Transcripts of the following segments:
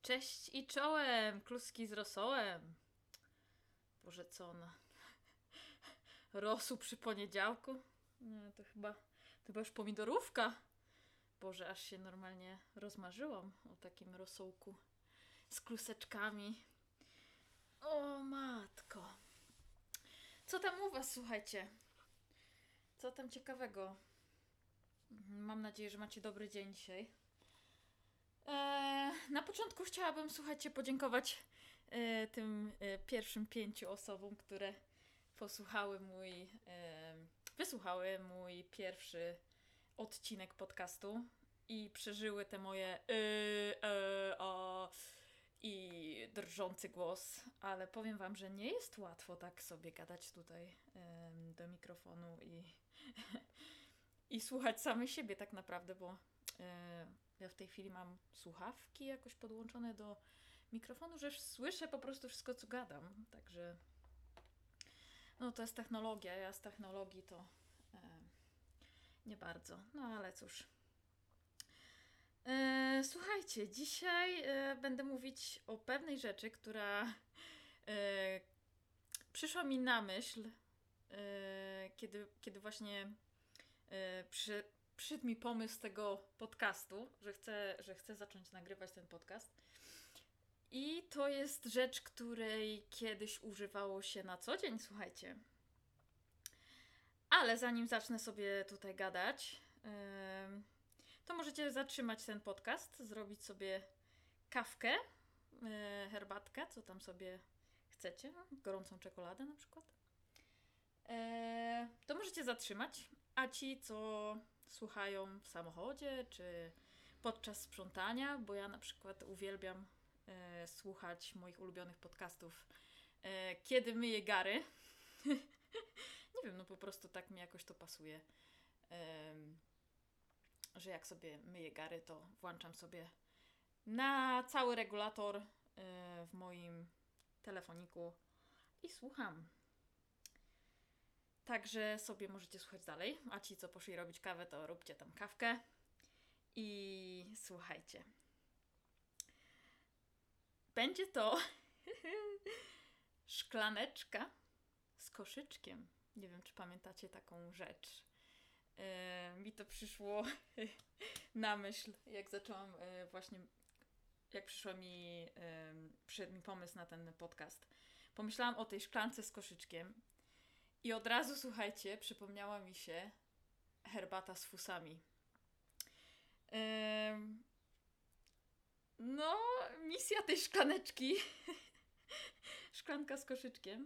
Cześć i czołem, kluski z rosołem. Boże, co ona? Rosół przy poniedziałku? Nie, to chyba już pomidorówka. Boże, aż się normalnie rozmarzyłam o takim rosołku z kluseczkami. O matko. Co tam u was, słuchajcie? Co tam ciekawego? Mam nadzieję, że macie dobry dzień dzisiaj. Na początku chciałabym, słuchajcie, podziękować tym pierwszym 5 osobom, które posłuchały wysłuchały mój pierwszy odcinek podcastu i przeżyły te moje i drżący głos, ale powiem wam, że nie jest łatwo tak sobie gadać tutaj do mikrofonu i słuchać samej siebie tak naprawdę, bo ja w tej chwili mam słuchawki jakoś podłączone do mikrofonu, że słyszę po prostu wszystko, co gadam. Także no to jest technologia. Ja z technologii to nie bardzo. No ale cóż. Słuchajcie, dzisiaj będę mówić o pewnej rzeczy, która przyszła mi na myśl, kiedy właśnie przyszedł mi pomysł tego podcastu, że chcę zacząć nagrywać ten podcast. I to jest rzecz, której kiedyś używało się na co dzień, słuchajcie. Ale zanim zacznę sobie tutaj gadać, to możecie zatrzymać ten podcast, zrobić sobie kawkę, herbatkę, co tam sobie chcecie, gorącą czekoladę na przykład. To możecie zatrzymać, a ci, co słuchają w samochodzie, czy podczas sprzątania, bo ja na przykład uwielbiam słuchać moich ulubionych podcastów, kiedy myję gary. Nie wiem, no po prostu tak mi jakoś to pasuje, że jak sobie myję gary, to włączam sobie na cały regulator w moim telefoniku i słucham. Także sobie możecie słuchać dalej, a ci, co poszli robić kawę, to róbcie tam kawkę i słuchajcie. Będzie to szklaneczka z koszyczkiem. Nie wiem, czy pamiętacie taką rzecz. Mi to przyszło na myśl, jak zaczęłam właśnie, jak przyszedł mi pomysł na ten podcast. Pomyślałam o tej szklance z koszyczkiem i od razu, słuchajcie, przypomniała mi się herbata z fusami. No, misja tej szklaneczki, szklanka z koszyczkiem,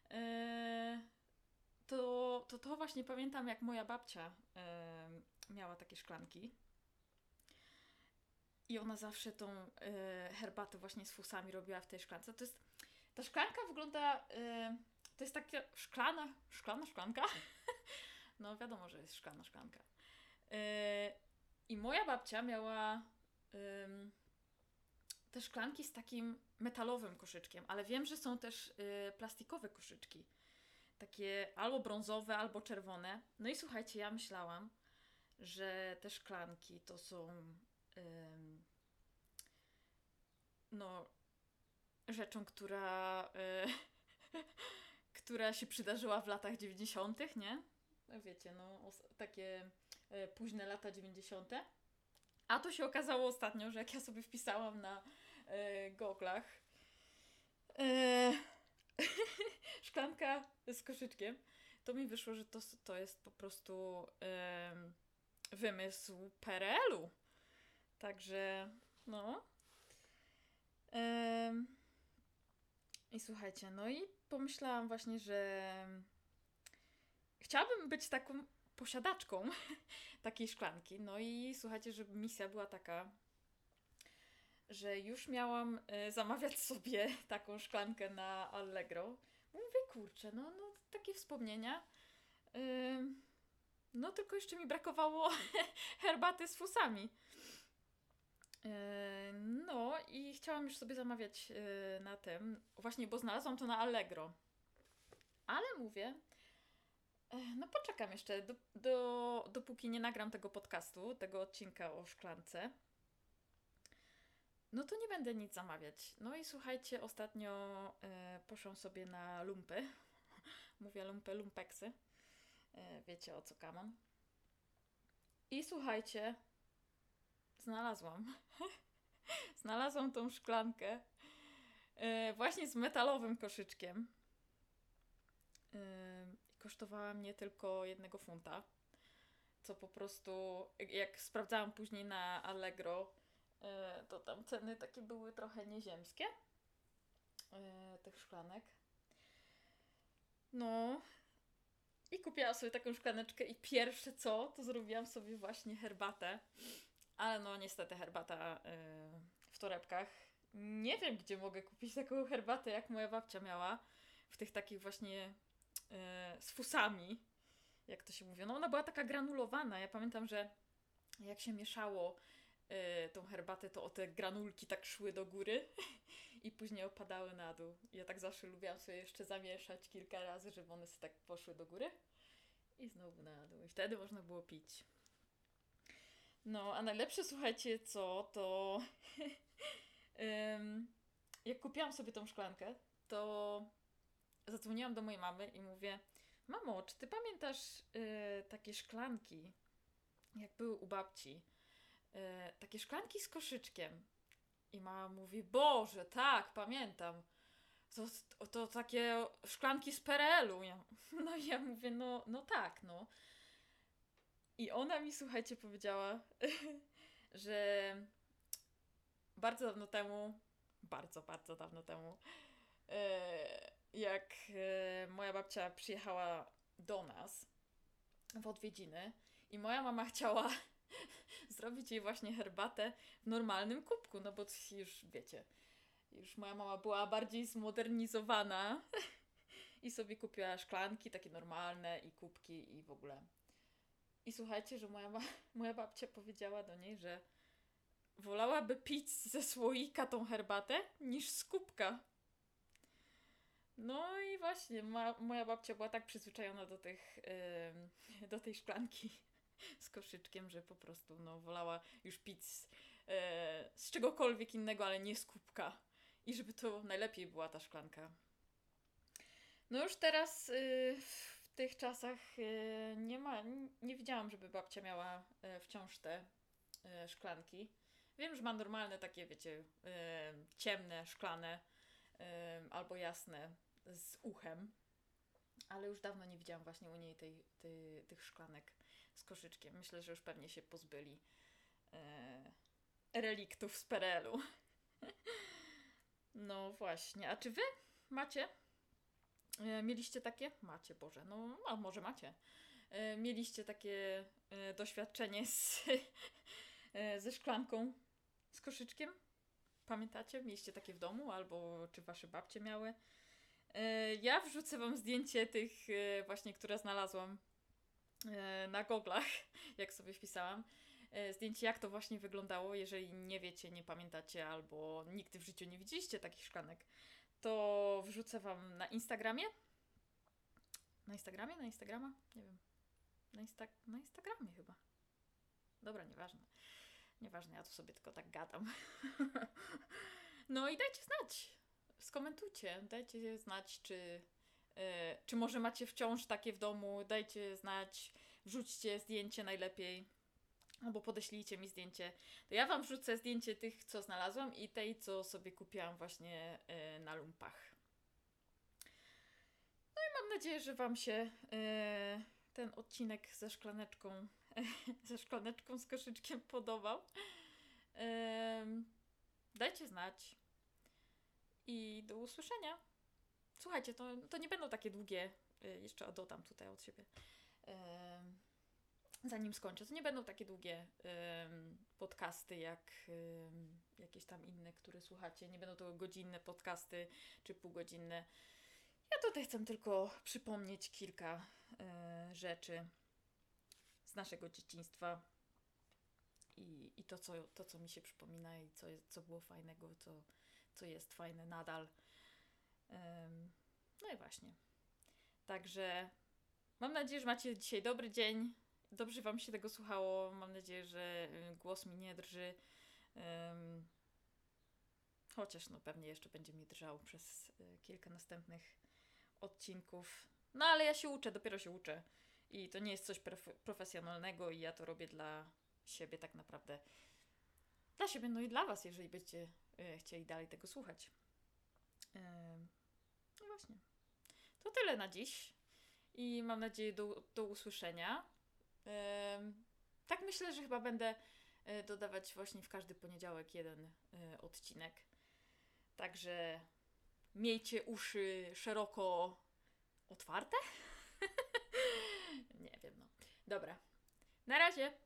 to właśnie pamiętam, jak moja babcia miała takie szklanki. I ona zawsze tą herbatę właśnie z fusami robiła w tej szklance. Ta szklanka wygląda... to jest taka szklanka. No wiadomo, że jest szklanka. I moja babcia miała te szklanki z takim metalowym koszyczkiem, ale wiem, że są też plastikowe koszyczki. Takie albo brązowe, albo czerwone. No i słuchajcie, ja myślałam, że te szklanki to są no rzeczą, która się przydarzyła w latach 90., nie? No wiecie, no takie późne lata 90. A to się okazało ostatnio, że jak ja sobie wpisałam na Google'ach szklanka z koszyczkiem, to mi wyszło, że to jest po prostu wymysł PRL-u. Także, no. I słuchajcie, no i pomyślałam właśnie, że chciałabym być taką posiadaczką takiej szklanki. No i słuchajcie, że misja była taka, że już miałam zamawiać sobie taką szklankę na Allegro. Mówię, kurczę, no takie wspomnienia. No tylko jeszcze mi brakowało herbaty z fusami. No i chciałam już sobie zamawiać na tym, właśnie, bo znalazłam to na Allegro. Ale mówię, no poczekam jeszcze, dopóki nie nagram tego podcastu, tego odcinka o szklance. no to nie będę nic zamawiać. No i słuchajcie, ostatnio poszłam sobie na lumpy. Mówię lumpy, lumpeksy. Wiecie o co kamam. I słuchajcie, znalazłam. Znalazłam tą szklankę właśnie z metalowym koszyczkiem. Kosztowała mnie tylko 1 funta. Co po prostu, jak sprawdzałam później na Allegro, to tam ceny takie były trochę nieziemskie tych szklanek. No i kupiłam sobie taką szklaneczkę i pierwsze co, to zrobiłam sobie właśnie herbatę. Ale no niestety herbata w torebkach. Nie wiem, gdzie mogę kupić taką herbatę, jak moja babcia miała. W tych takich właśnie z fusami, jak to się mówi. No ona była taka granulowana. Ja pamiętam, że jak się mieszało tą herbatę, to o te granulki tak szły do góry i później opadały na dół. Ja tak zawsze lubiłam sobie jeszcze zamieszać kilka razy, żeby one sobie tak poszły do góry i znowu na dół. I wtedy można było pić. No, a najlepsze, słuchajcie, co, to jak kupiłam sobie tą szklankę, to zadzwoniłam do mojej mamy i mówię: mamo, czy ty pamiętasz takie szklanki, jak były u babci? Takie szklanki z koszyczkiem. I mama mówi: Boże, tak, pamiętam. To takie szklanki z PRL-u. No i ja mówię: no tak, no. I ona mi, słuchajcie, powiedziała, że bardzo dawno temu, jak moja babcia przyjechała do nas w odwiedziny i moja mama chciała zrobić jej właśnie herbatę w normalnym kubku, no bo już wiecie, już moja mama była bardziej zmodernizowana i sobie kupiła szklanki takie normalne i kubki i w ogóle. I słuchajcie, że moja babcia powiedziała do niej, że wolałaby pić ze słoika tą herbatę niż z kubka. No i właśnie, moja babcia była tak przyzwyczajona do tej szklanki z koszyczkiem, że po prostu wolała już pić z czegokolwiek innego, ale nie z kubka. I żeby to najlepiej była ta szklanka. No już teraz w tych czasach nie widziałam, żeby babcia miała wciąż te szklanki. Wiem, że ma normalne takie, wiecie, ciemne, szklane albo jasne z uchem, ale już dawno nie widziałam właśnie u niej tych szklanek z koszyczkiem. Myślę, że już pewnie się pozbyli reliktów z PRL-u. No właśnie. A czy wy macie? Mieliście takie? Macie, Boże. No, a może macie. Mieliście takie doświadczenie ze szklanką z koszyczkiem? Pamiętacie? Mieliście takie w domu? Albo czy wasze babcie miały? Ja wrzucę wam zdjęcie tych właśnie, które znalazłam na goglach, jak sobie wpisałam. Zdjęcie, jak to właśnie wyglądało, jeżeli nie wiecie, nie pamiętacie, albo nigdy w życiu nie widzieliście takich szklanek, to wrzucę wam na Instagramie. Na Instagramie? Na Instagrama? Nie wiem. Na Instagramie chyba. Dobra, nieważne. Nieważne, ja tu sobie tylko tak gadam. No i dajcie znać. Skomentujcie. Dajcie znać, czy może macie wciąż takie w domu. Dajcie znać. Wrzućcie zdjęcie najlepiej. Albo podeślijcie mi zdjęcie. To ja wam wrzucę zdjęcie tych, co znalazłam i tej, co sobie kupiłam właśnie na lumpach. No i mam nadzieję, że wam się ten odcinek ze szklaneczką z koszyczkiem podobał. Dajcie znać. I do usłyszenia. Słuchajcie, to nie będą takie długie, jeszcze dodam tutaj od siebie, zanim skończę, to nie będą takie długie podcasty jak jakieś tam inne, które słuchacie. Nie będą to godzinne podcasty czy półgodzinne. Ja tutaj chcę tylko przypomnieć kilka rzeczy z naszego dzieciństwa i to, co mi się przypomina i co było fajnego, co jest fajne nadal. No i właśnie. Także mam nadzieję, że macie dzisiaj dobry dzień. Dobrze wam się tego słuchało. Mam nadzieję, że głos mi nie drży. Chociaż no pewnie jeszcze będzie mi drżał przez kilka następnych odcinków. No ale ja się uczę, dopiero się uczę. I to nie jest coś profesjonalnego i ja to robię dla siebie tak naprawdę. Dla siebie, no i dla was, jeżeli będziecie chcieli dalej tego słuchać. No właśnie. To tyle na dziś. I mam nadzieję do usłyszenia. Tak myślę, że chyba będę dodawać właśnie w każdy poniedziałek jeden odcinek. Także miejcie uszy szeroko otwarte? Nie wiem, no. Dobra. Na razie.